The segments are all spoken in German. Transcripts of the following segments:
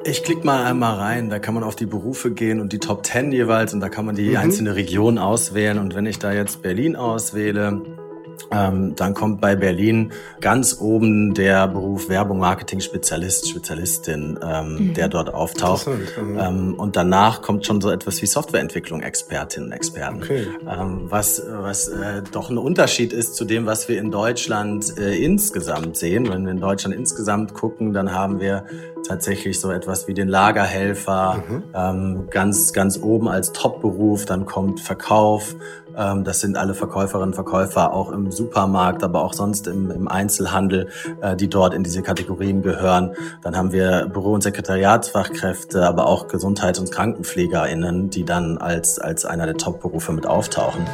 Ich klicke mal einmal rein, da kann man auf die Berufe gehen und die Top 10 jeweils und da kann man die einzelne Region auswählen. Und wenn ich da jetzt Berlin auswähle, dann kommt bei Berlin ganz oben der Beruf Werbung, Marketing, Spezialist, Spezialistin, der dort auftaucht. Und danach kommt schon so etwas wie Softwareentwicklung, Expertinnen und Experten. Okay. Was doch ein Unterschied ist zu dem, was wir in Deutschland insgesamt sehen. Wenn wir in Deutschland insgesamt gucken, dann haben wir tatsächlich so etwas wie den Lagerhelfer, ganz oben als Top-Beruf. Dann kommt Verkauf. Das sind alle Verkäuferinnen und Verkäufer auch im Supermarkt, aber auch sonst im Einzelhandel, die dort in diese Kategorien gehören. Dann haben wir Büro- und Sekretariatsfachkräfte, aber auch Gesundheits- und KrankenpflegerInnen, die dann als einer der Top-Berufe mit auftauchen.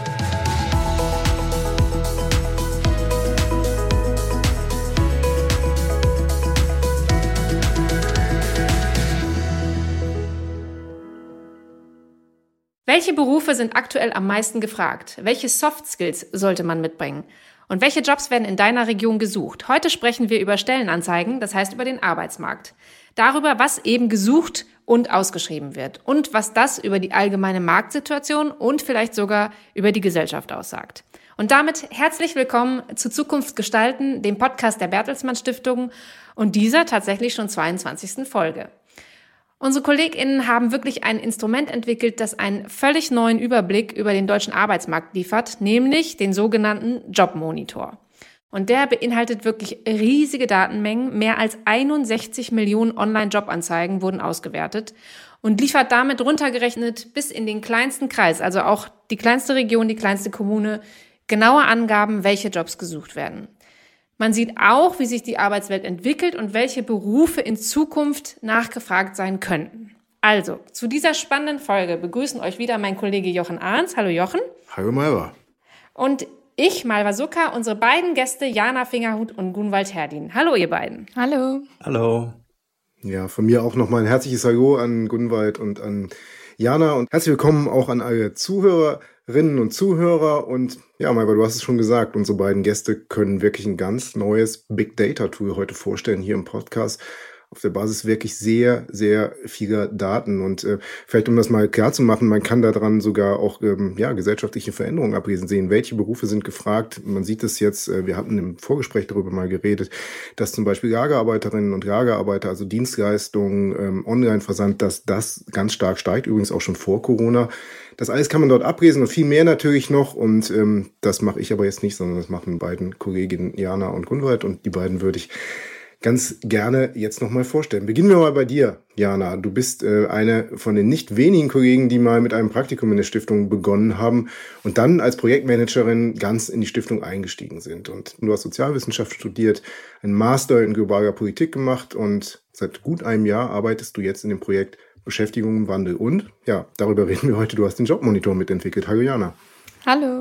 Welche Berufe sind aktuell am meisten gefragt? Welche Soft Skills sollte man mitbringen? Und welche Jobs werden in deiner Region gesucht? Heute sprechen wir über Stellenanzeigen, das heißt über den Arbeitsmarkt. Darüber, was eben gesucht und ausgeschrieben wird und was das über die allgemeine Marktsituation und vielleicht sogar über die Gesellschaft aussagt. Und damit herzlich willkommen zu Zukunft gestalten, dem Podcast der Bertelsmann Stiftung und dieser tatsächlich schon 22. Folge. Unsere KollegInnen haben wirklich ein Instrument entwickelt, das einen völlig neuen Überblick über den deutschen Arbeitsmarkt liefert, nämlich den sogenannten Jobmonitor. Und der beinhaltet wirklich riesige Datenmengen. Mehr als 61 Millionen Online-Jobanzeigen wurden ausgewertet und liefert damit runtergerechnet bis in den kleinsten Kreis, also auch die kleinste Region, die kleinste Kommune, genaue Angaben, welche Jobs gesucht werden. Man sieht auch, wie sich die Arbeitswelt entwickelt und welche Berufe in Zukunft nachgefragt sein könnten. Also, zu dieser spannenden Folge begrüßen euch wieder mein Kollege Jochen Arns. Hallo Jochen. Hallo Malva. Und ich, Malva Sucker, unsere beiden Gäste Jana Fingerhut und Gunwald Herdin. Hallo ihr beiden. Hallo. Hallo. Ja, von mir auch nochmal ein herzliches Hallo an Gunwald und an Jana und herzlich willkommen auch an alle Zuhörerinnen und Zuhörer. Und ja, Malva, du hast es schon gesagt, unsere beiden Gäste können wirklich ein ganz neues Big Data Tool heute vorstellen hier im Podcast. Auf der Basis wirklich sehr, sehr vieler Daten. Und vielleicht, um das mal klar zu machen, man kann daran sogar auch gesellschaftliche Veränderungen ablesen sehen. Welche Berufe sind gefragt? Man sieht es jetzt, wir hatten im Vorgespräch darüber mal geredet, dass zum Beispiel Lagerarbeiterinnen und Lagerarbeiter, also Dienstleistungen, Online-Versand, dass das ganz stark steigt, übrigens auch schon vor Corona. Das alles kann man dort ablesen und viel mehr natürlich noch. Und das mache ich aber jetzt nicht, sondern das machen beiden Kolleginnen Jana und Gunwald. Und die beiden würde ich ganz gerne jetzt nochmal vorstellen. Beginnen wir mal bei dir, Jana. Du bist eine von den nicht wenigen Kollegen, die mal mit einem Praktikum in der Stiftung begonnen haben und dann als Projektmanagerin ganz in die Stiftung eingestiegen sind. Und du hast Sozialwissenschaft studiert, einen Master in globaler Politik gemacht und seit gut einem Jahr arbeitest du jetzt in dem Projekt Beschäftigung im Wandel. Und ja, darüber reden wir heute. Du hast den Jobmonitor mitentwickelt. Hallo, Jana. Hallo.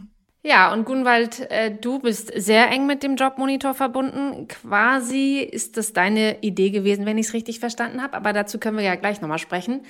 Ja, und Gunwald, du bist sehr eng mit dem Jobmonitor verbunden. Quasi ist das deine Idee gewesen, wenn ich es richtig verstanden habe. Aber dazu können wir ja gleich nochmal sprechen.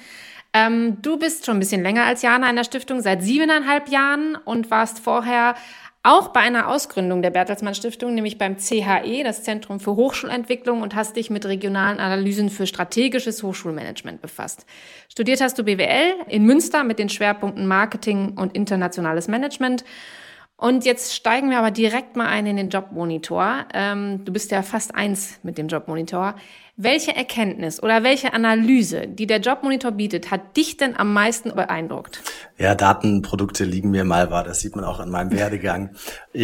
Du bist schon ein bisschen länger als Jana in der Stiftung, seit 7,5 Jahren und warst vorher auch bei einer Ausgründung der Bertelsmann Stiftung, nämlich beim CHE, das Zentrum für Hochschulentwicklung, und hast dich mit regionalen Analysen für strategisches Hochschulmanagement befasst. Studiert hast du BWL in Münster mit den Schwerpunkten Marketing und internationales Management. Und jetzt steigen wir aber direkt mal ein in den Jobmonitor. Du bist ja fast eins mit dem Jobmonitor. Welche Erkenntnis oder welche Analyse, die der Jobmonitor bietet, hat dich denn am meisten beeindruckt? Ja, Datenprodukte liegen mir Malva. Das sieht man auch in meinem Werdegang.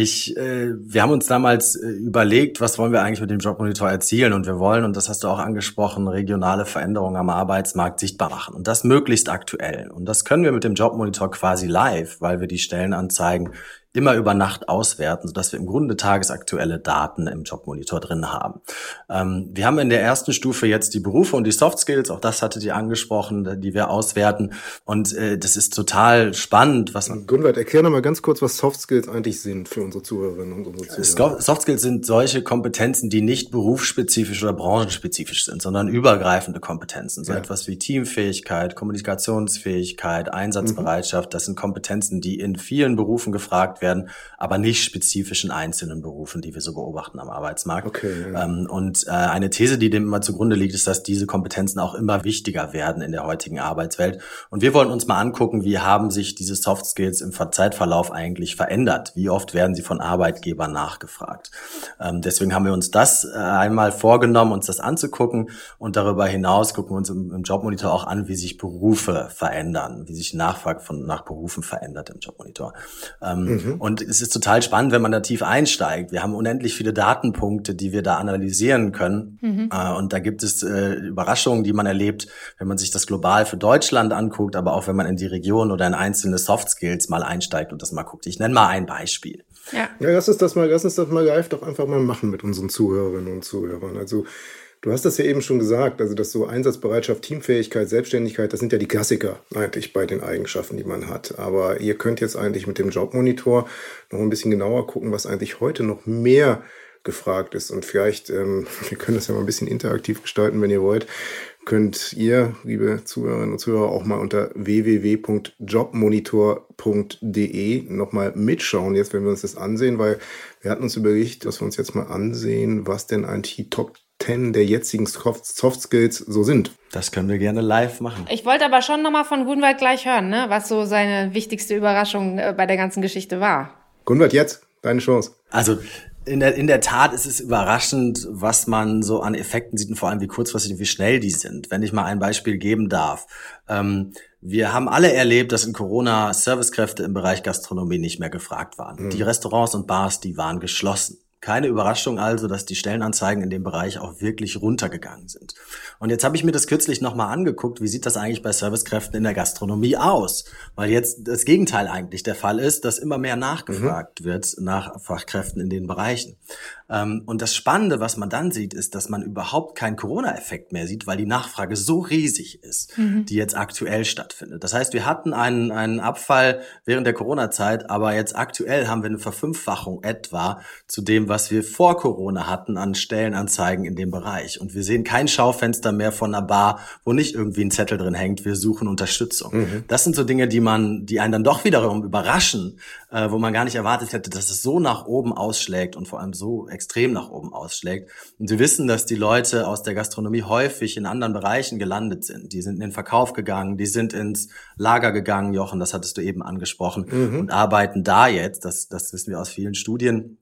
Wir haben uns damals überlegt, was wollen wir eigentlich mit dem Jobmonitor erzielen? Und wir wollen, und das hast du auch angesprochen, regionale Veränderungen am Arbeitsmarkt sichtbar machen. Und das möglichst aktuell. Und das können wir mit dem Jobmonitor quasi live, weil wir die Stellenanzeigen immer über Nacht auswerten, sodass wir im Grunde tagesaktuelle Daten im Jobmonitor drin haben. Wir haben in der ersten Stufe jetzt die Berufe und die Soft Skills, auch das hattet ihr angesprochen, die wir auswerten. Und das ist total spannend. Gunwald, erklär noch mal ganz kurz, was Soft Skills eigentlich sind für unsere Zuhörerinnen und unsere Zuhörer. Soft Skills sind solche Kompetenzen, die nicht berufsspezifisch oder branchenspezifisch sind, sondern übergreifende Kompetenzen. So etwas wie Teamfähigkeit, Kommunikationsfähigkeit, Einsatzbereitschaft. Das sind Kompetenzen, die in vielen Berufen gefragt werden werden, aber nicht spezifisch in einzelnen Berufen, die wir so beobachten am Arbeitsmarkt. Okay, ja. Und eine These, die dem immer zugrunde liegt, ist, dass diese Kompetenzen auch immer wichtiger werden in der heutigen Arbeitswelt. Und wir wollen uns mal angucken, wie haben sich diese Soft Skills im Zeitverlauf eigentlich verändert? Wie oft werden sie von Arbeitgebern nachgefragt? Deswegen haben wir uns das einmal vorgenommen, uns das anzugucken. Und darüber hinaus gucken wir uns im Jobmonitor auch an, wie sich Berufe verändern, wie sich die Nachfrage nach Berufen verändert im Jobmonitor. Und es ist total spannend, wenn man da tief einsteigt. Wir haben unendlich viele Datenpunkte, die wir da analysieren können. Und da gibt es Überraschungen, die man erlebt, wenn man sich das global für Deutschland anguckt, aber auch wenn man in die Region oder in einzelne Soft Skills mal einsteigt und das mal guckt. Ich nenne mal ein Beispiel. Ja, lass uns das mal live doch einfach mal machen mit unseren Zuhörerinnen und Zuhörern. Also du hast das ja eben schon gesagt, also dass so Einsatzbereitschaft, Teamfähigkeit, Selbstständigkeit, das sind ja die Klassiker eigentlich bei den Eigenschaften, die man hat. Aber ihr könnt jetzt eigentlich mit dem Jobmonitor noch ein bisschen genauer gucken, was eigentlich heute noch mehr gefragt ist. Und vielleicht, wir können das ja mal ein bisschen interaktiv gestalten, wenn ihr wollt, könnt ihr, liebe Zuhörerinnen und Zuhörer, auch mal unter www.jobmonitor.de nochmal mitschauen, jetzt wenn wir uns das ansehen, weil wir hatten uns überlegt, dass wir uns jetzt mal ansehen, was denn eigentlich die Top 10 der jetzigen Soft Skills so sind. Das können wir gerne live machen. Ich wollte aber schon nochmal von Gunwald gleich hören, ne? Was so seine wichtigste Überraschung bei der ganzen Geschichte war. Gunwald, jetzt deine Chance. Also in der Tat ist es überraschend, was man so an Effekten sieht und vor allem wie kurzfristig und wie schnell die sind. Wenn ich mal ein Beispiel geben darf. Wir haben alle erlebt, dass in Corona Servicekräfte im Bereich Gastronomie nicht mehr gefragt waren. Die Restaurants und Bars, die waren geschlossen. Keine Überraschung also, dass die Stellenanzeigen in dem Bereich auch wirklich runtergegangen sind. Und jetzt habe ich mir das kürzlich nochmal angeguckt, wie sieht das eigentlich bei Servicekräften in der Gastronomie aus? Weil jetzt das Gegenteil eigentlich der Fall ist, dass immer mehr nachgefragt wird nach Fachkräften in den Bereichen. Und das Spannende, was man dann sieht, ist, dass man überhaupt keinen Corona-Effekt mehr sieht, weil die Nachfrage so riesig ist, die jetzt aktuell stattfindet. Das heißt, wir hatten einen Abfall während der Corona-Zeit, aber jetzt aktuell haben wir eine Verfünffachung etwa zu dem, was wir vor Corona hatten an Stellenanzeigen in dem Bereich. Und wir sehen kein Schaufenster mehr von einer Bar, wo nicht irgendwie ein Zettel drin hängt, wir suchen Unterstützung. Das sind so Dinge, die einen dann doch wiederum überraschen, wo man gar nicht erwartet hätte, dass es so nach oben ausschlägt und vor allem so extrem nach oben ausschlägt. Und wir wissen, dass die Leute aus der Gastronomie häufig in anderen Bereichen gelandet sind. Die sind in den Verkauf gegangen, die sind ins Lager gegangen, Jochen, das hattest du eben angesprochen, und arbeiten da jetzt, das wissen wir aus vielen Studien,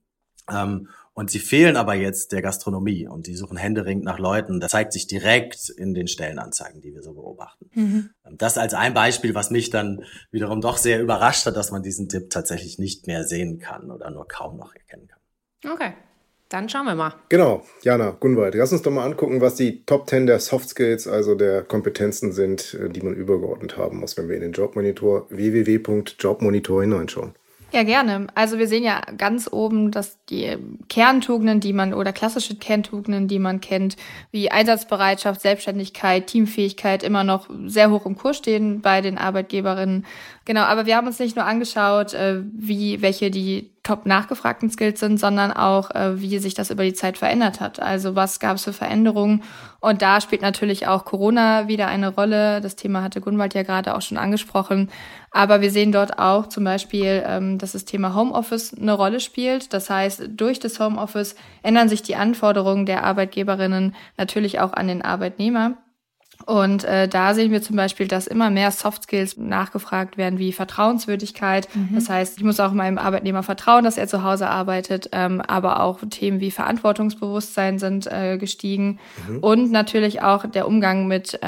und sie fehlen aber jetzt der Gastronomie und die suchen händeringend nach Leuten. Das zeigt sich direkt in den Stellenanzeigen, die wir so beobachten. Das als ein Beispiel, was mich dann wiederum doch sehr überrascht hat, dass man diesen Dip tatsächlich nicht mehr sehen kann oder nur kaum noch erkennen kann. Okay, dann schauen wir mal. Genau, Jana, Gunwald, lass uns doch mal angucken, was die Top 10 der Soft Skills, also der Kompetenzen sind, die man übergeordnet haben muss, wenn wir in den Jobmonitor www.jobmonitor hineinschauen. Ja, gerne. Also wir sehen ja ganz oben, dass die Kerntugenden, oder klassische Kerntugenden, die man kennt, wie Einsatzbereitschaft, Selbstständigkeit, Teamfähigkeit immer noch sehr hoch im Kurs stehen bei den Arbeitgeberinnen. Genau, aber wir haben uns nicht nur angeschaut, welche die top nachgefragten Skills sind, sondern auch, wie sich das über die Zeit verändert hat. Also was gab es für Veränderungen? Und da spielt natürlich auch Corona wieder eine Rolle. Das Thema hatte Gunwald ja gerade auch schon angesprochen. Aber wir sehen dort auch zum Beispiel, dass das Thema Homeoffice eine Rolle spielt. Das heißt, durch das Homeoffice ändern sich die Anforderungen der Arbitgeberinnen natürlich auch an den Arbeitnehmer. Und da sehen wir zum Beispiel, dass immer mehr Soft Skills nachgefragt werden, wie Vertrauenswürdigkeit. Das heißt, ich muss auch meinem Arbeitnehmer vertrauen, dass er zu Hause arbeitet, aber auch Themen wie Verantwortungsbewusstsein sind gestiegen. Und natürlich auch der Umgang mit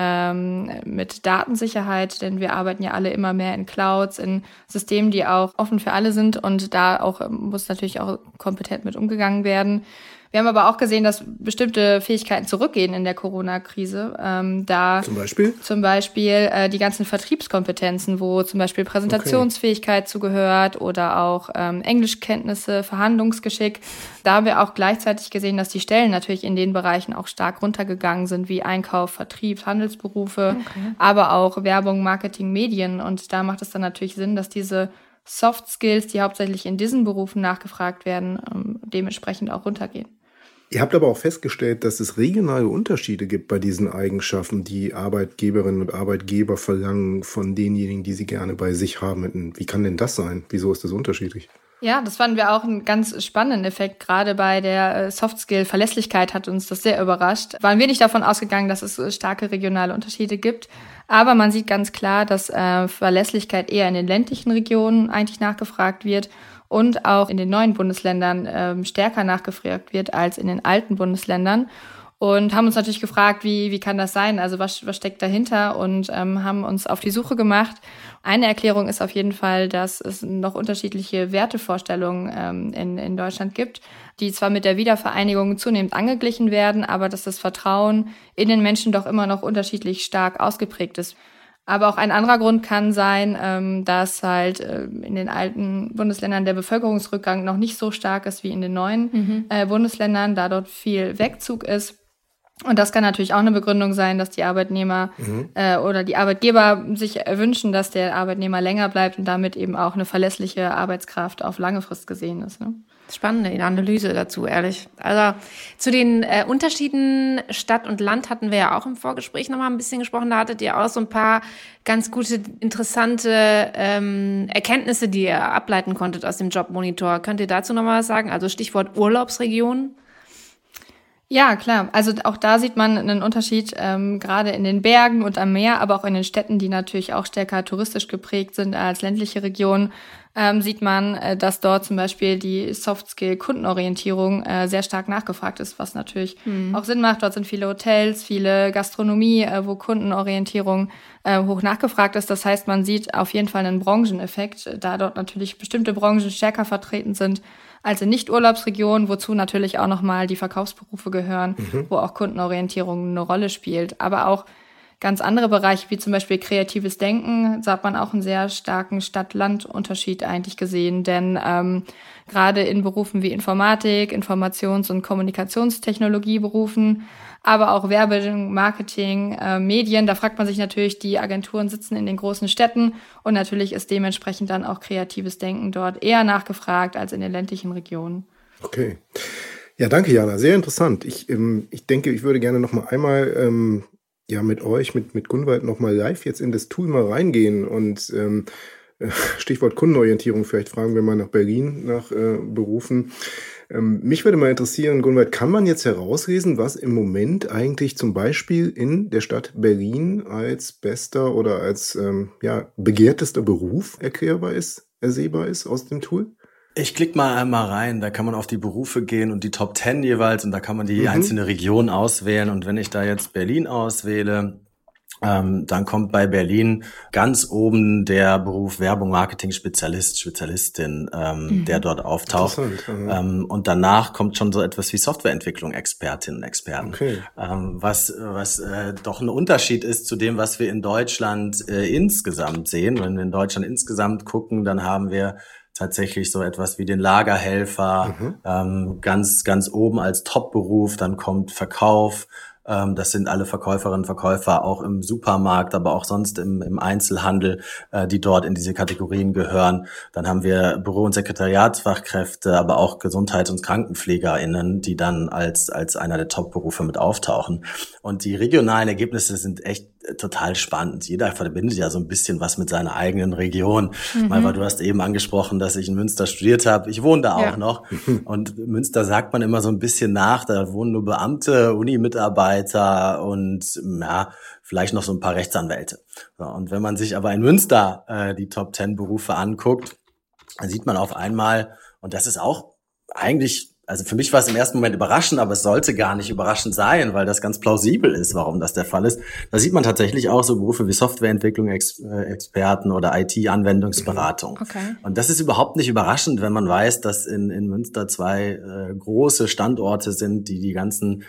Datensicherheit, denn wir arbeiten ja alle immer mehr in Clouds, in Systemen, die auch offen für alle sind, und da auch muss natürlich auch kompetent mit umgegangen werden. Wir haben aber auch gesehen, dass bestimmte Fähigkeiten zurückgehen in der Corona-Krise. Zum Beispiel die ganzen Vertriebskompetenzen, wo zum Beispiel Präsentationsfähigkeit zugehört oder auch Englischkenntnisse, Verhandlungsgeschick. Da haben wir auch gleichzeitig gesehen, dass die Stellen natürlich in den Bereichen auch stark runtergegangen sind, wie Einkauf, Vertrieb, Handelsberufe, aber auch Werbung, Marketing, Medien. Und da macht es dann natürlich Sinn, dass diese Soft Skills, die hauptsächlich in diesen Berufen nachgefragt werden, dementsprechend auch runtergehen. Ihr habt aber auch festgestellt, dass es regionale Unterschiede gibt bei diesen Eigenschaften, die Arbeitgeberinnen und Arbeitgeber verlangen von denjenigen, die sie gerne bei sich haben. Wie kann denn das sein? Wieso ist das unterschiedlich? Ja, das fanden wir auch einen ganz spannenden Effekt. Gerade bei der Softskill-Verlässlichkeit hat uns das sehr überrascht. Waren wir nicht davon ausgegangen, dass es starke regionale Unterschiede gibt. Aber man sieht ganz klar, dass Verlässlichkeit eher in den ländlichen Regionen eigentlich nachgefragt wird und auch in den neuen Bundesländern stärker nachgefragt wird als in den alten Bundesländern. Und haben uns natürlich gefragt, wie kann das sein? Also was steckt dahinter? Und haben uns auf die Suche gemacht. Eine Erklärung ist auf jeden Fall, dass es noch unterschiedliche Wertevorstellungen in Deutschland gibt, die zwar mit der Wiedervereinigung zunehmend angeglichen werden, aber dass das Vertrauen in den Menschen doch immer noch unterschiedlich stark ausgeprägt ist. Aber auch ein anderer Grund kann sein, dass halt in den alten Bundesländern der Bevölkerungsrückgang noch nicht so stark ist wie in den neuen Bundesländern, da dort viel Wegzug ist. Und das kann natürlich auch eine Begründung sein, dass die Arbeitnehmer oder die Arbeitgeber sich wünschen, dass der Arbeitnehmer länger bleibt und damit eben auch eine verlässliche Arbeitskraft auf lange Frist gesehen ist. Ne? Spannende Analyse dazu, ehrlich. Also zu den Unterschieden Stadt und Land hatten wir ja auch im Vorgespräch nochmal ein bisschen gesprochen. Da hattet ihr auch so ein paar ganz gute, interessante Erkenntnisse, die ihr ableiten konntet aus dem Jobmonitor. Könnt ihr dazu nochmal was sagen? Also Stichwort Urlaubsregion. Ja, klar. Also auch da sieht man einen Unterschied, gerade in den Bergen und am Meer, aber auch in den Städten, die natürlich auch stärker touristisch geprägt sind als ländliche Regionen, sieht man, dass dort zum Beispiel die Soft-Skill-Kundenorientierung sehr stark nachgefragt ist, was natürlich auch Sinn macht. Dort sind viele Hotels, viele Gastronomie, wo Kundenorientierung hoch nachgefragt ist. Das heißt, man sieht auf jeden Fall einen Brancheneffekt, da dort natürlich bestimmte Branchen stärker vertreten sind als in Nicht-Urlaubsregionen, wozu natürlich auch nochmal die Verkaufsberufe gehören, wo auch Kundenorientierung eine Rolle spielt. Aber auch ganz andere Bereiche, wie zum Beispiel kreatives Denken, da hat man auch einen sehr starken Stadt-Land-Unterschied eigentlich gesehen. Denn gerade in Berufen wie Informatik, Informations- und Kommunikationstechnologieberufen, aber auch Werbung, Marketing, Medien, da fragt man sich natürlich, die Agenturen sitzen in den großen Städten und natürlich ist dementsprechend dann auch kreatives Denken dort eher nachgefragt als in den ländlichen Regionen. Okay. Ja, danke, Jana. Sehr interessant. Ich denke, ich würde gerne noch mal einmal mit euch, mit Gunvald noch mal live jetzt in das Tool mal reingehen und Stichwort Kundenorientierung, vielleicht fragen wir mal nach Berlin, nach Berufen. Mich würde mal interessieren, Gunvald, kann man jetzt herauslesen, was im Moment eigentlich zum Beispiel in der Stadt Berlin als bester oder als begehrtester Beruf ersehbar ist aus dem Tool? Ich klicke mal einmal rein, da kann man auf die Berufe gehen und die Top 10 jeweils und da kann man die einzelne Region auswählen und wenn ich da jetzt Berlin auswähle, dann kommt bei Berlin ganz oben der Beruf Werbung, Marketing, Spezialistin, der dort auftaucht. Und danach kommt schon so etwas wie Softwareentwicklung, Expertinnen und Experten. Okay. Was doch ein Unterschied ist zu dem, was wir in Deutschland insgesamt sehen. Wenn wir in Deutschland insgesamt gucken, dann haben wir tatsächlich so etwas wie den Lagerhelfer, ganz oben als Top-Beruf, dann kommt Verkauf. Das sind alle Verkäuferinnen und Verkäufer, auch im Supermarkt, aber auch sonst im Einzelhandel, die dort in diese Kategorien gehören. Dann haben wir Büro- und Sekretariatsfachkräfte, aber auch Gesundheits- und KrankenpflegerInnen, die dann als einer der Top-Berufe mit auftauchen. Und die regionalen Ergebnisse sind echt total spannend. Jeder verbindet ja so ein bisschen was mit seiner eigenen Region. Malva, du hast eben angesprochen, dass ich in Münster studiert habe. Ich wohne da auch noch. Und Münster sagt man immer so ein bisschen nach. Da wohnen nur Beamte, Unimitarbeiter und vielleicht noch so ein paar Rechtsanwälte. So, und wenn man sich aber in Münster die Top 10 Berufe anguckt, dann sieht man auf einmal, und das ist auch eigentlich, also für mich war es im ersten Moment überraschend, aber es sollte gar nicht überraschend sein, weil das ganz plausibel ist, warum das der Fall ist. Da sieht man tatsächlich auch so Berufe wie Softwareentwicklung, Experten oder IT-Anwendungsberatung. Okay. Und das ist überhaupt nicht überraschend, wenn man weiß, dass in Münster 2 große Standorte sind, die ganze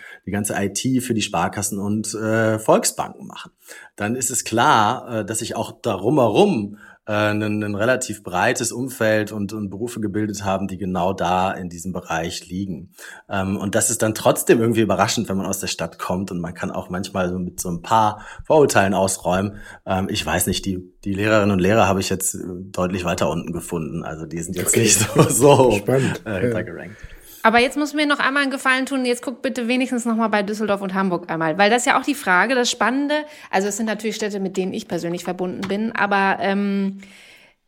IT für die Sparkassen und Volksbanken machen. Dann ist es klar, dass sich auch darum herum ein relativ breites Umfeld und Berufe gebildet haben, die genau da in diesem Bereich liegen. Und das ist dann trotzdem irgendwie überraschend, wenn man aus der Stadt kommt und man kann auch manchmal so mit so ein paar Vorurteilen ausräumen. Ich weiß nicht, die Lehrerinnen und Lehrer habe ich jetzt deutlich weiter unten gefunden. Also die sind jetzt nicht so spannend hintergerankt. Aber jetzt muss mir noch einmal einen Gefallen tun. Jetzt guckt bitte wenigstens noch mal bei Düsseldorf und Hamburg einmal. Weil das ist ja auch die Frage, das Spannende. Also es sind natürlich Städte, mit denen ich persönlich verbunden bin. Aber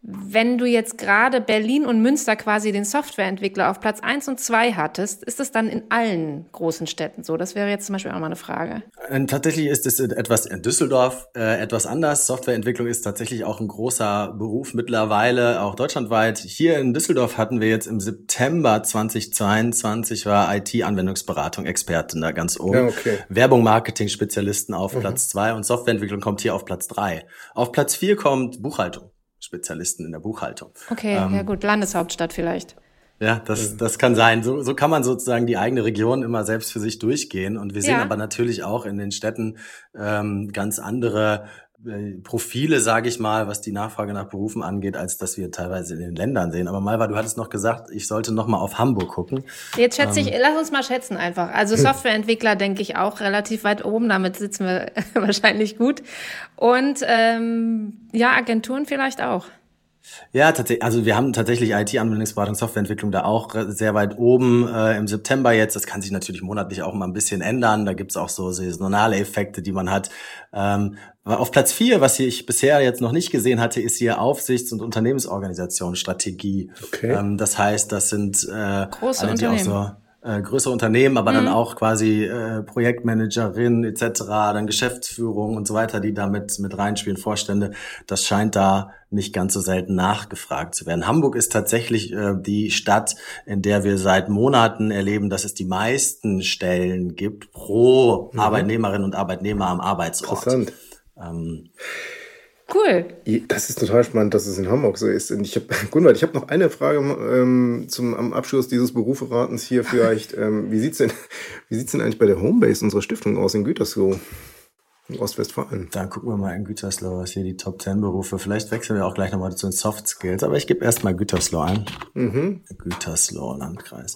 Wenn du jetzt gerade Berlin und Münster quasi den Softwareentwickler auf Platz 1 und 2 hattest, ist das dann in allen großen Städten so? Das wäre jetzt zum Beispiel auch mal eine Frage. Tatsächlich ist es etwas in Düsseldorf etwas anders. Softwareentwicklung ist tatsächlich auch ein großer Beruf mittlerweile, auch deutschlandweit. Hier in Düsseldorf hatten wir jetzt im September 2022 war IT-Anwendungsberatung Experten da ganz oben. Ja, okay. Werbung, Marketing, Spezialisten auf Platz 2 und Softwareentwicklung kommt hier auf Platz 3. Auf Platz 4 kommt Buchhaltung. Spezialisten in der Buchhaltung. Okay, ja gut, Landeshauptstadt vielleicht. Ja, das kann sein. So kann man sozusagen die eigene Region immer selbst für sich durchgehen. Und wir sehen aber natürlich auch in den Städten ganz andere Profile, sage ich mal, was die Nachfrage nach Berufen angeht, als dass wir teilweise in den Ländern sehen. Aber Malva, du hattest noch gesagt, ich sollte noch mal auf Hamburg gucken. Jetzt schätze ich, lass uns mal schätzen einfach. Also Softwareentwickler denke ich auch relativ weit oben, damit sitzen wir wahrscheinlich gut. Und Agenturen vielleicht auch. Ja, tatsächlich. Also wir haben tatsächlich IT-Anwendungsberatung, Softwareentwicklung da auch sehr weit oben im September jetzt. Das kann sich natürlich monatlich auch mal ein bisschen ändern. Da gibt's auch so saisonale Effekte, die man hat. Auf Platz 4, was ich bisher jetzt noch nicht gesehen hatte, ist hier Aufsichts- und Unternehmensorganisationsstrategie. Okay. Das heißt, das sind große alle, die Unternehmen. auch so größere Unternehmen, aber dann auch quasi Projektmanagerin etc., dann Geschäftsführung und so weiter, die da mit reinspielen, Vorstände. Das scheint da nicht ganz so selten nachgefragt zu werden. Hamburg ist tatsächlich die Stadt, in der wir seit Monaten erleben, dass es die meisten Stellen gibt pro Arbeitnehmerinnen und Arbeitnehmer am Arbeitsort. Interessant. Cool. Das ist total spannend, dass es in Hamburg so ist. Und ich habe noch eine Frage am Abschluss dieses Beruferatens hier vielleicht. Wie sieht's denn eigentlich bei der Homebase unserer Stiftung aus in Gütersloh, in Ostwestfalen? Dann gucken wir mal in Gütersloh, was hier die Top 10 Berufe. Vielleicht wechseln wir auch gleich nochmal zu den Soft Skills. Aber ich gebe erstmal Gütersloh ein. Gütersloh, Landkreis.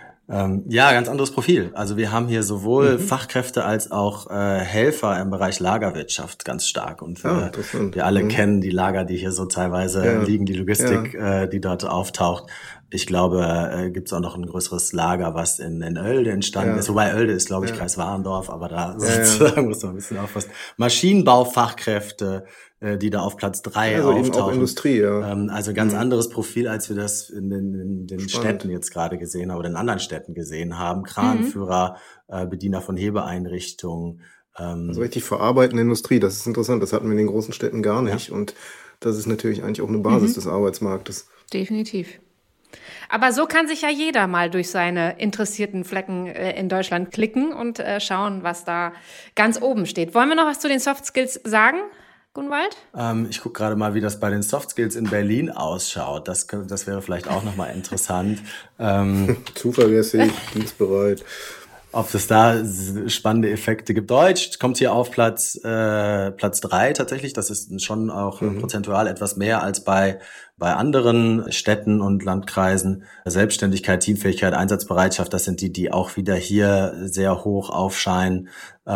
Ganz anderes Profil. Also wir haben hier sowohl Fachkräfte als auch Helfer im Bereich Lagerwirtschaft ganz stark. Und wir alle kennen die Lager, die hier so teilweise liegen, die Logistik, die dort auftaucht. Ich glaube, gibt es auch noch ein größeres Lager, was in Oelde entstanden ist. Wobei Oelde ist, glaube ich, Kreis Warendorf, aber da sozusagen muss man ein bisschen aufpassen. Maschinenbaufachkräfte, die da auf Platz 3 also auftauchen. Eben auch Industrie, Also ganz anderes Profil, als wir das in den Städten jetzt gerade gesehen haben oder in anderen Städten gesehen haben. Kranführer, Bediener von Hebeeinrichtungen. Also richtig verarbeitende Industrie, das ist interessant. Das hatten wir in den großen Städten gar nicht. Ja. Und das ist natürlich eigentlich auch eine Basis des Arbeitsmarktes. Definitiv. Aber so kann sich ja jeder mal durch seine interessierten Flecken in Deutschland klicken und schauen, was da ganz oben steht. Wollen wir noch was zu den Soft Skills sagen, Gunwald? Ich gucke gerade mal, wie das bei den Soft Skills in Berlin ausschaut. Das wäre vielleicht auch nochmal interessant. Zuverlässig, dienstbereit. Ob es da spannende Effekte gibt. Deutsch kommt hier auf Platz 3 tatsächlich. Das ist schon auch prozentual etwas mehr als bei anderen Städten und Landkreisen. Selbstständigkeit, Teamfähigkeit, Einsatzbereitschaft, das sind die auch wieder hier sehr hoch aufscheinen.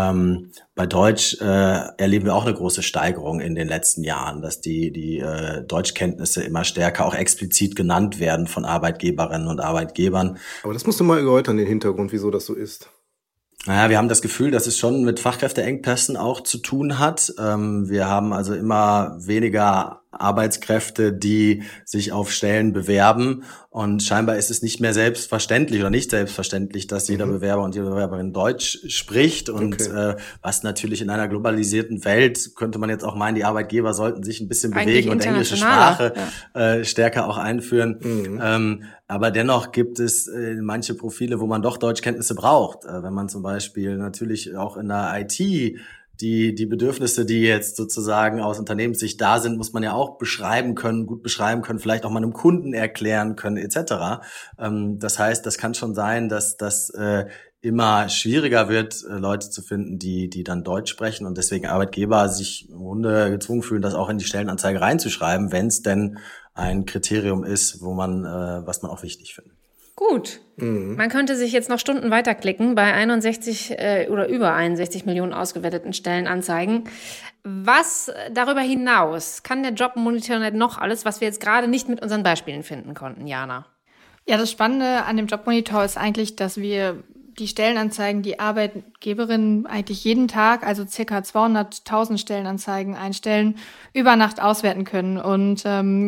Bei Deutsch erleben wir auch eine große Steigerung in den letzten Jahren, dass die Deutschkenntnisse immer stärker auch explizit genannt werden von Arbeitgeberinnen und Arbeitgebern. Aber das musst du mal erläutern, den Hintergrund, wieso das so ist. Naja, wir haben das Gefühl, dass es schon mit Fachkräfteengpässen auch zu tun hat. Wir haben also immer weniger Arbeitskräfte, die sich auf Stellen bewerben. Und scheinbar ist es nicht mehr selbstverständlich oder nicht selbstverständlich, dass jeder Bewerber und jede Bewerberin Deutsch spricht. Und was natürlich in einer globalisierten Welt, könnte man jetzt auch meinen, die Arbeitgeber sollten sich ein bisschen bewegen und englische Sprache stärker auch einführen. Aber dennoch gibt es manche Profile, wo man doch Deutschkenntnisse braucht. Wenn man zum Beispiel natürlich auch in der IT die Bedürfnisse, die jetzt sozusagen aus Unternehmenssicht da sind, muss man ja auch beschreiben können, gut beschreiben können, vielleicht auch mal einem Kunden erklären können, etc. Das heißt, das kann schon sein, dass das immer schwieriger wird, Leute zu finden, die dann Deutsch sprechen und deswegen Arbeitgeber sich im Grunde gezwungen fühlen, das auch in die Stellenanzeige reinzuschreiben, wenn es denn ein Kriterium ist, was man auch wichtig findet. Gut. Man könnte sich jetzt noch Stunden weiterklicken bei 61 oder über 61 Millionen ausgewerteten Stellenanzeigen. Was darüber hinaus kann der Jobmonitor noch alles, was wir jetzt gerade nicht mit unseren Beispielen finden konnten, Jana? Ja, das Spannende an dem Jobmonitor ist eigentlich, dass wir die Stellenanzeigen, die Arbeitgeberinnen eigentlich jeden Tag, also ca. 200.000 Stellenanzeigen einstellen, über Nacht auswerten können. Und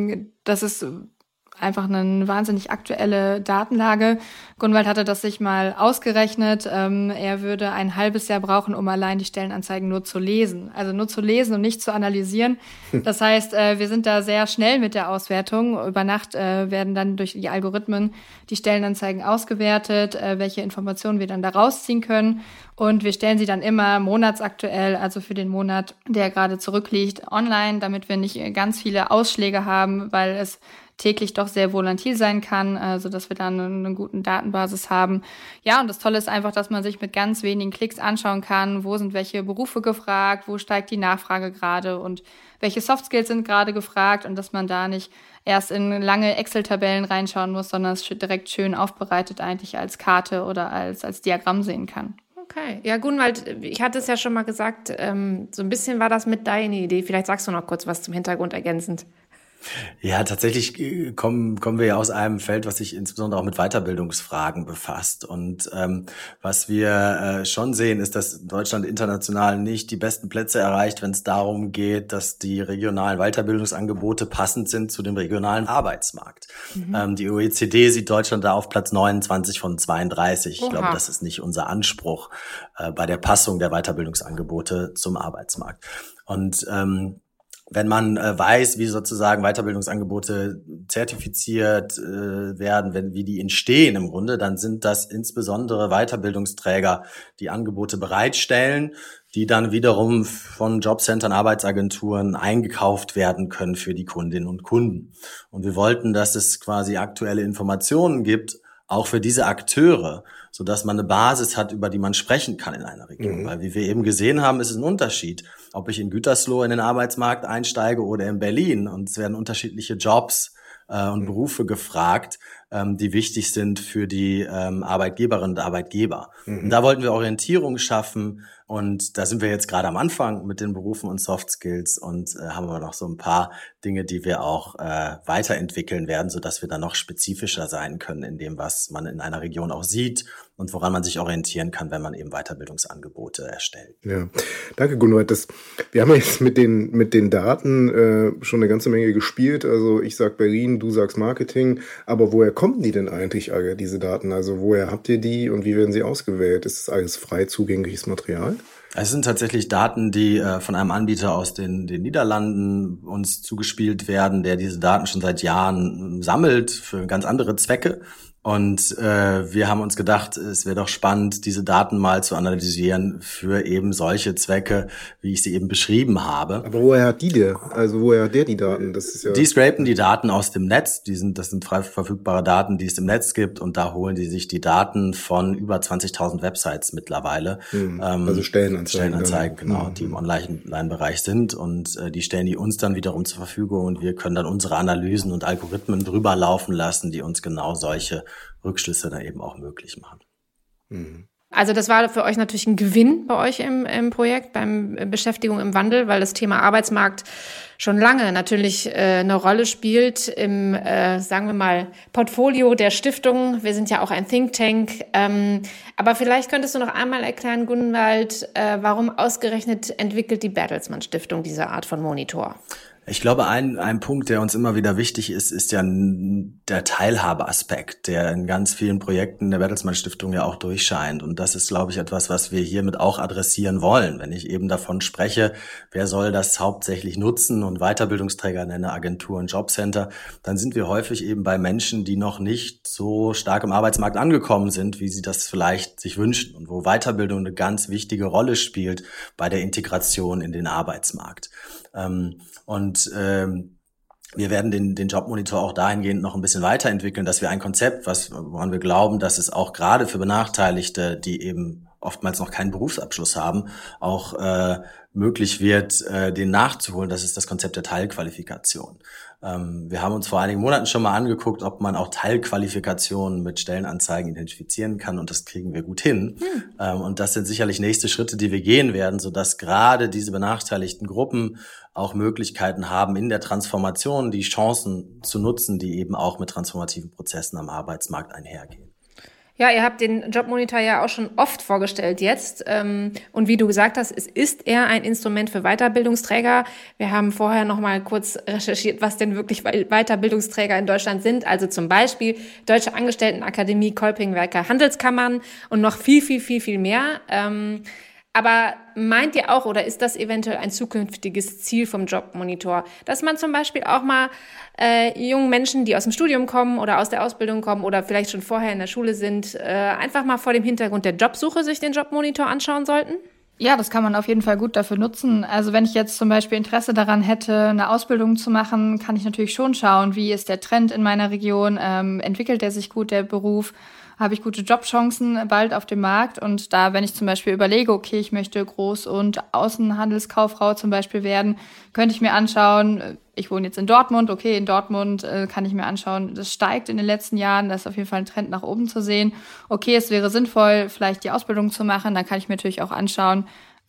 das ist einfach eine wahnsinnig aktuelle Datenlage. Gunvald hatte das sich mal ausgerechnet. Er würde ein halbes Jahr brauchen, um allein die Stellenanzeigen nur zu lesen. Also nur zu lesen und nicht zu analysieren. Das heißt, wir sind da sehr schnell mit der Auswertung. Über Nacht werden dann durch die Algorithmen die Stellenanzeigen ausgewertet, welche Informationen wir dann da rausziehen können. Und wir stellen sie dann immer monatsaktuell, also für den Monat, der gerade zurückliegt, online, damit wir nicht ganz viele Ausschläge haben, weil es täglich doch sehr volatil sein kann, also dass wir dann eine gute Datenbasis haben. Ja, und das Tolle ist einfach, dass man sich mit ganz wenigen Klicks anschauen kann, wo sind welche Berufe gefragt, wo steigt die Nachfrage gerade und welche Softskills sind gerade gefragt und dass man da nicht erst in lange Excel-Tabellen reinschauen muss, sondern es direkt schön aufbereitet eigentlich als Karte oder als Diagramm sehen kann. Okay. Ja, Gunvald, ich hatte es ja schon mal gesagt, so ein bisschen war das mit deiner Idee. Vielleicht sagst du noch kurz was zum Hintergrund ergänzend. Ja, tatsächlich kommen wir ja aus einem Feld, was sich insbesondere auch mit Weiterbildungsfragen befasst. Und was wir schon sehen, ist, dass Deutschland international nicht die besten Plätze erreicht, wenn es darum geht, dass die regionalen Weiterbildungsangebote passend sind zu dem regionalen Arbeitsmarkt. Die OECD sieht Deutschland da auf Platz 29 von 32. Ich glaube, das ist nicht unser Anspruch bei der Passung der Weiterbildungsangebote zum Arbeitsmarkt. Und wenn man weiß, wie sozusagen Weiterbildungsangebote zertifiziert werden, wie die entstehen im Grunde, dann sind das insbesondere Weiterbildungsträger, die Angebote bereitstellen, die dann wiederum von Jobcentern, Arbeitsagenturen eingekauft werden können für die Kundinnen und Kunden. Und wir wollten, dass es quasi aktuelle Informationen gibt, auch für diese Akteure, so dass man eine Basis hat, über die man sprechen kann in einer Region. Weil wie wir eben gesehen haben, ist es ein Unterschied, ob ich in Gütersloh in den Arbeitsmarkt einsteige oder in Berlin. Und es werden unterschiedliche Jobs und Berufe gefragt, die wichtig sind für die Arbeitgeberinnen und Arbeitgeber. Und da wollten wir Orientierung schaffen. Und da sind wir jetzt gerade am Anfang mit den Berufen und Soft Skills und haben aber noch so ein paar Dinge, die wir auch weiterentwickeln werden, sodass wir dann noch spezifischer sein können in dem, was man in einer Region auch sieht und woran man sich orientieren kann, wenn man eben Weiterbildungsangebote erstellt. Ja, danke Gunvald. Wir haben ja jetzt mit den Daten schon eine ganze Menge gespielt. Also ich sag Berlin, du sagst Marketing. Aber woher kommen die denn eigentlich alle, diese Daten? Also woher habt ihr die und wie werden sie ausgewählt? Ist das alles frei zugängliches Material? Es sind tatsächlich Daten, die von einem Anbieter aus den Niederlanden uns zugespielt werden, der diese Daten schon seit Jahren sammelt für ganz andere Zwecke. Und wir haben uns gedacht, es wäre doch spannend, diese Daten mal zu analysieren für eben solche Zwecke, wie ich sie eben beschrieben habe. Aber woher hat woher hat der die Daten? Das ist ja die scrapen die Daten aus dem Netz. Das sind frei verfügbare Daten, die es im Netz gibt. Und da holen die sich die Daten von über 20.000 Websites mittlerweile. Also Stellenanzeigen, genau, die im Online-Bereich sind. Und die stellen die uns dann wiederum zur Verfügung. Und wir können dann unsere Analysen und Algorithmen drüber laufen lassen, die uns genau solche Rückschlüsse dann eben auch möglich machen. Also das war für euch natürlich ein Gewinn bei euch im Projekt, beim Beschäftigung im Wandel, weil das Thema Arbeitsmarkt schon lange natürlich eine Rolle spielt im, sagen wir mal, Portfolio der Stiftung. Wir sind ja auch ein Think Tank. Aber vielleicht könntest du noch einmal erklären, Gunvald, warum ausgerechnet entwickelt die Bertelsmann Stiftung diese Art von Monitor? Ich glaube, ein Punkt, der uns immer wieder wichtig ist ja der Teilhabeaspekt, der in ganz vielen Projekten der Bertelsmann Stiftung ja auch durchscheint. Und das ist, glaube ich, etwas, was wir hiermit auch adressieren wollen. Wenn ich eben davon spreche, wer soll das hauptsächlich nutzen und Weiterbildungsträger nenne, Agenturen, Jobcenter, dann sind wir häufig eben bei Menschen, die noch nicht so stark im Arbeitsmarkt angekommen sind, wie sie das vielleicht sich wünschen und wo Weiterbildung eine ganz wichtige Rolle spielt bei der Integration in den Arbeitsmarkt. Wir werden den Jobmonitor auch dahingehend noch ein bisschen weiterentwickeln, dass wir ein Konzept, woran wir glauben, dass es auch gerade für Benachteiligte, die eben oftmals noch keinen Berufsabschluss haben, auch möglich wird, den nachzuholen. Das ist das Konzept der Teilqualifikation. Wir haben uns vor einigen Monaten schon mal angeguckt, ob man auch Teilqualifikationen mit Stellenanzeigen identifizieren kann, und das kriegen wir gut hin. Und das sind sicherlich nächste Schritte, die wir gehen werden, sodass gerade diese benachteiligten Gruppen auch Möglichkeiten haben, in der Transformation die Chancen zu nutzen, die eben auch mit transformativen Prozessen am Arbeitsmarkt einhergehen. Ja, ihr habt den Jobmonitor ja auch schon oft vorgestellt jetzt. Und wie du gesagt hast, es ist eher ein Instrument für Weiterbildungsträger. Wir haben vorher noch mal kurz recherchiert, was denn wirklich Weiterbildungsträger in Deutschland sind. Also zum Beispiel Deutsche Angestelltenakademie, Kolpingwerke, Handelskammern und noch viel, viel, viel, viel mehr. Aber meint ihr auch, oder ist das eventuell ein zukünftiges Ziel vom Jobmonitor, dass man zum Beispiel auch mal jungen Menschen, die aus dem Studium kommen oder aus der Ausbildung kommen oder vielleicht schon vorher in der Schule sind, einfach mal vor dem Hintergrund der Jobsuche sich den Jobmonitor anschauen sollten? Ja, das kann man auf jeden Fall gut dafür nutzen. Also wenn ich jetzt zum Beispiel Interesse daran hätte, eine Ausbildung zu machen, kann ich natürlich schon schauen, wie ist der Trend in meiner Region, entwickelt der sich gut, der Beruf, habe ich gute Jobchancen bald auf dem Markt. Und da, wenn ich zum Beispiel überlege, okay, ich möchte Groß- und Außenhandelskauffrau zum Beispiel werden, könnte ich mir anschauen, ich wohne jetzt in Dortmund, okay, in Dortmund kann ich mir anschauen, das steigt in den letzten Jahren, da ist auf jeden Fall ein Trend nach oben zu sehen. Okay, es wäre sinnvoll, vielleicht die Ausbildung zu machen, dann kann ich mir natürlich auch anschauen,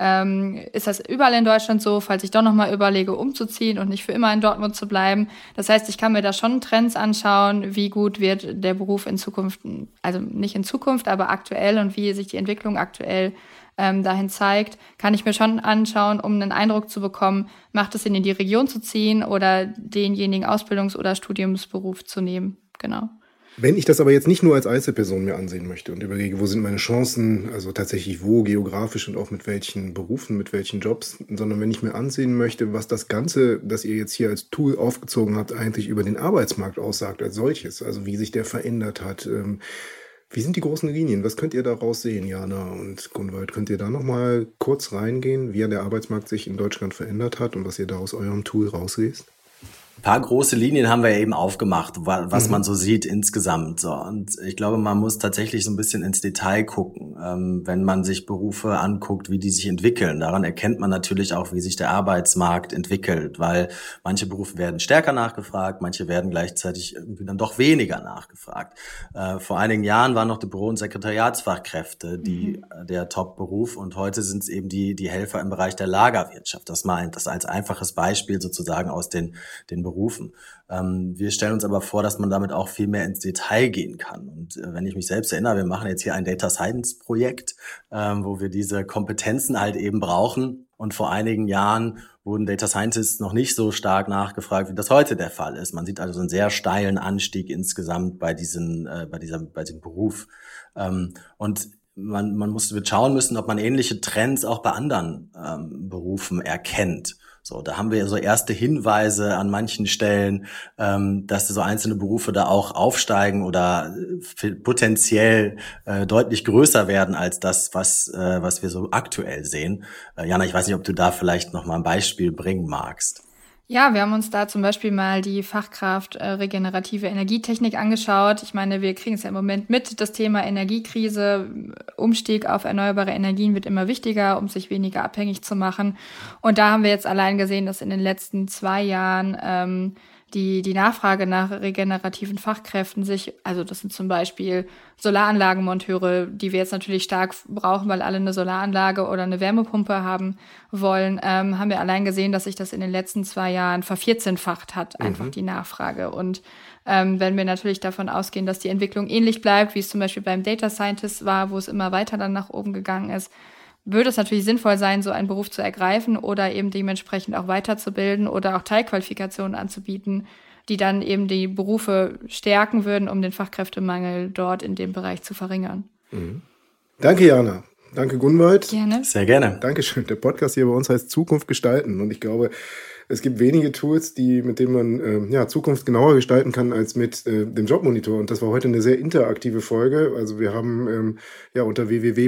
ist das überall in Deutschland so, falls ich doch nochmal überlege, umzuziehen und nicht für immer in Dortmund zu bleiben. Das heißt, ich kann mir da schon Trends anschauen, wie gut wird der Beruf in Zukunft, also nicht in Zukunft, aber aktuell und wie sich die Entwicklung aktuell dahin zeigt, kann ich mir schon anschauen, um einen Eindruck zu bekommen, macht es Sinn, in die Region zu ziehen oder denjenigen Ausbildungs- oder Studiumsberuf zu nehmen. Genau. Wenn ich das aber jetzt nicht nur als Einzelperson mir ansehen möchte und überlege, wo sind meine Chancen, also tatsächlich wo, geografisch und auch mit welchen Berufen, mit welchen Jobs, sondern wenn ich mir ansehen möchte, was das Ganze, das ihr jetzt hier als Tool aufgezogen habt, eigentlich über den Arbeitsmarkt aussagt als solches, also wie sich der verändert hat, wie sind die großen Linien? Was könnt ihr daraus sehen, Jana und Gunvald? Könnt ihr da nochmal kurz reingehen, wie der Arbeitsmarkt sich in Deutschland verändert hat und was ihr da aus eurem Tool rauslest? Ein paar große Linien haben wir ja eben aufgemacht, was man so sieht insgesamt. So. Und ich glaube, man muss tatsächlich so ein bisschen ins Detail gucken, wenn man sich Berufe anguckt, wie die sich entwickeln. Daran erkennt man natürlich auch, wie sich der Arbeitsmarkt entwickelt, weil manche Berufe werden stärker nachgefragt, manche werden gleichzeitig irgendwie dann doch weniger nachgefragt. Vor einigen Jahren waren noch die Büro- und Sekretariatsfachkräfte der Top-Beruf und heute sind es eben die Helfer im Bereich der Lagerwirtschaft. Das als einfaches Beispiel sozusagen aus den Berufen. Wir stellen uns aber vor, dass man damit auch viel mehr ins Detail gehen kann. Und wenn ich mich selbst erinnere, wir machen jetzt hier ein Data Science Projekt, wo wir diese Kompetenzen halt eben brauchen. Und vor einigen Jahren wurden Data Scientists noch nicht so stark nachgefragt, wie das heute der Fall ist. Man sieht also einen sehr steilen Anstieg insgesamt bei diesem Beruf. Und man wird schauen müssen, ob man ähnliche Trends auch bei anderen Berufen erkennt. So, da haben wir so erste Hinweise an manchen Stellen, dass so einzelne Berufe da auch aufsteigen oder potenziell deutlich größer werden als das, was wir so aktuell sehen. Jana, ich weiß nicht, ob du da vielleicht noch mal ein Beispiel bringen magst. Ja, wir haben uns da zum Beispiel mal die Fachkraft regenerative Energietechnik angeschaut. Ich meine, wir kriegen es ja im Moment mit, das Thema Energiekrise, Umstieg auf erneuerbare Energien wird immer wichtiger, um sich weniger abhängig zu machen. Und da haben wir jetzt allein gesehen, dass in den letzten 2 Jahren die Nachfrage nach regenerativen Fachkräften also das sind zum Beispiel Solaranlagenmonteure, die wir jetzt natürlich stark brauchen, weil alle eine Solaranlage oder eine Wärmepumpe haben wollen, haben wir allein gesehen, dass sich das in den letzten 2 Jahren vervierzehnfacht hat, einfach die Nachfrage. Und wenn wir natürlich davon ausgehen, dass die Entwicklung ähnlich bleibt, wie es zum Beispiel beim Data Scientist war, wo es immer weiter dann nach oben gegangen ist, würde es natürlich sinnvoll sein, so einen Beruf zu ergreifen oder eben dementsprechend auch weiterzubilden oder auch Teilqualifikationen anzubieten, die dann eben die Berufe stärken würden, um den Fachkräftemangel dort in dem Bereich zu verringern. Mhm. Danke, Jana. Danke, Gunvald. Gerne. Sehr gerne. Dankeschön. Der Podcast hier bei uns heißt Zukunft gestalten und ich glaube, es gibt wenige Tools, mit denen man Zukunft genauer gestalten kann als mit dem Jobmonitor. Und das war heute eine sehr interaktive Folge. Also wir haben unter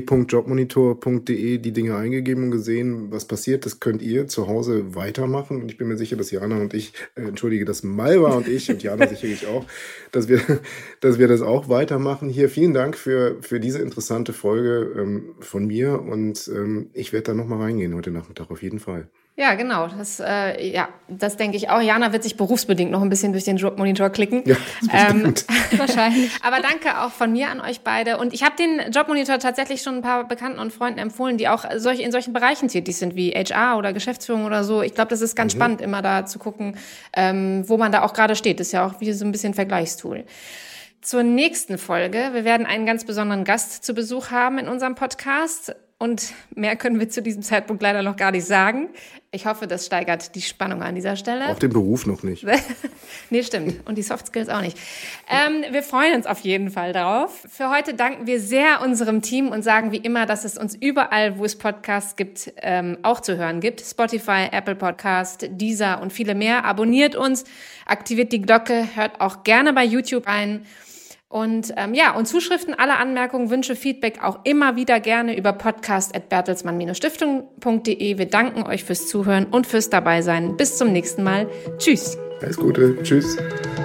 www.jobmonitor.de die Dinge eingegeben und gesehen, was passiert. Das könnt ihr zu Hause weitermachen. Und ich bin mir sicher, dass Jana und ich, dass Malva und ich und Jana sicherlich auch, dass wir das auch weitermachen. Hier vielen Dank für diese interessante Folge von mir. Und ich werde da nochmal reingehen heute Nachmittag auf jeden Fall. Ja, genau. Das denke ich auch. Jana wird sich berufsbedingt noch ein bisschen durch den Jobmonitor klicken. Ja, wahrscheinlich. Aber danke auch von mir an euch beide. Und ich habe den Jobmonitor tatsächlich schon ein paar Bekannten und Freunden empfohlen, die auch in solchen Bereichen tätig sind, wie HR oder Geschäftsführung oder so. Ich glaube, das ist ganz spannend, immer da zu gucken, wo man da auch gerade steht. Das ist ja auch wie so ein bisschen Vergleichstool. zur nächsten Folge. Wir werden einen ganz besonderen Gast zu Besuch haben in unserem Podcast. Und mehr können wir zu diesem Zeitpunkt leider noch gar nicht sagen. Ich hoffe, das steigert die Spannung an dieser Stelle. Auch den Beruf noch nicht. Nee, stimmt. Und die Soft Skills auch nicht. Wir freuen uns auf jeden Fall drauf. Für heute danken wir sehr unserem Team und sagen wie immer, dass es uns überall, wo es Podcasts gibt, auch zu hören gibt. Spotify, Apple Podcast, Deezer und viele mehr. Abonniert uns, aktiviert die Glocke, hört auch gerne bei YouTube ein. Und und Zuschriften, alle Anmerkungen, Wünsche, Feedback auch immer wieder gerne über podcast@bertelsmann-stiftung.de. Wir danken euch fürs Zuhören und fürs Dabeisein. Bis zum nächsten Mal. Tschüss. Alles Gute. Tschüss.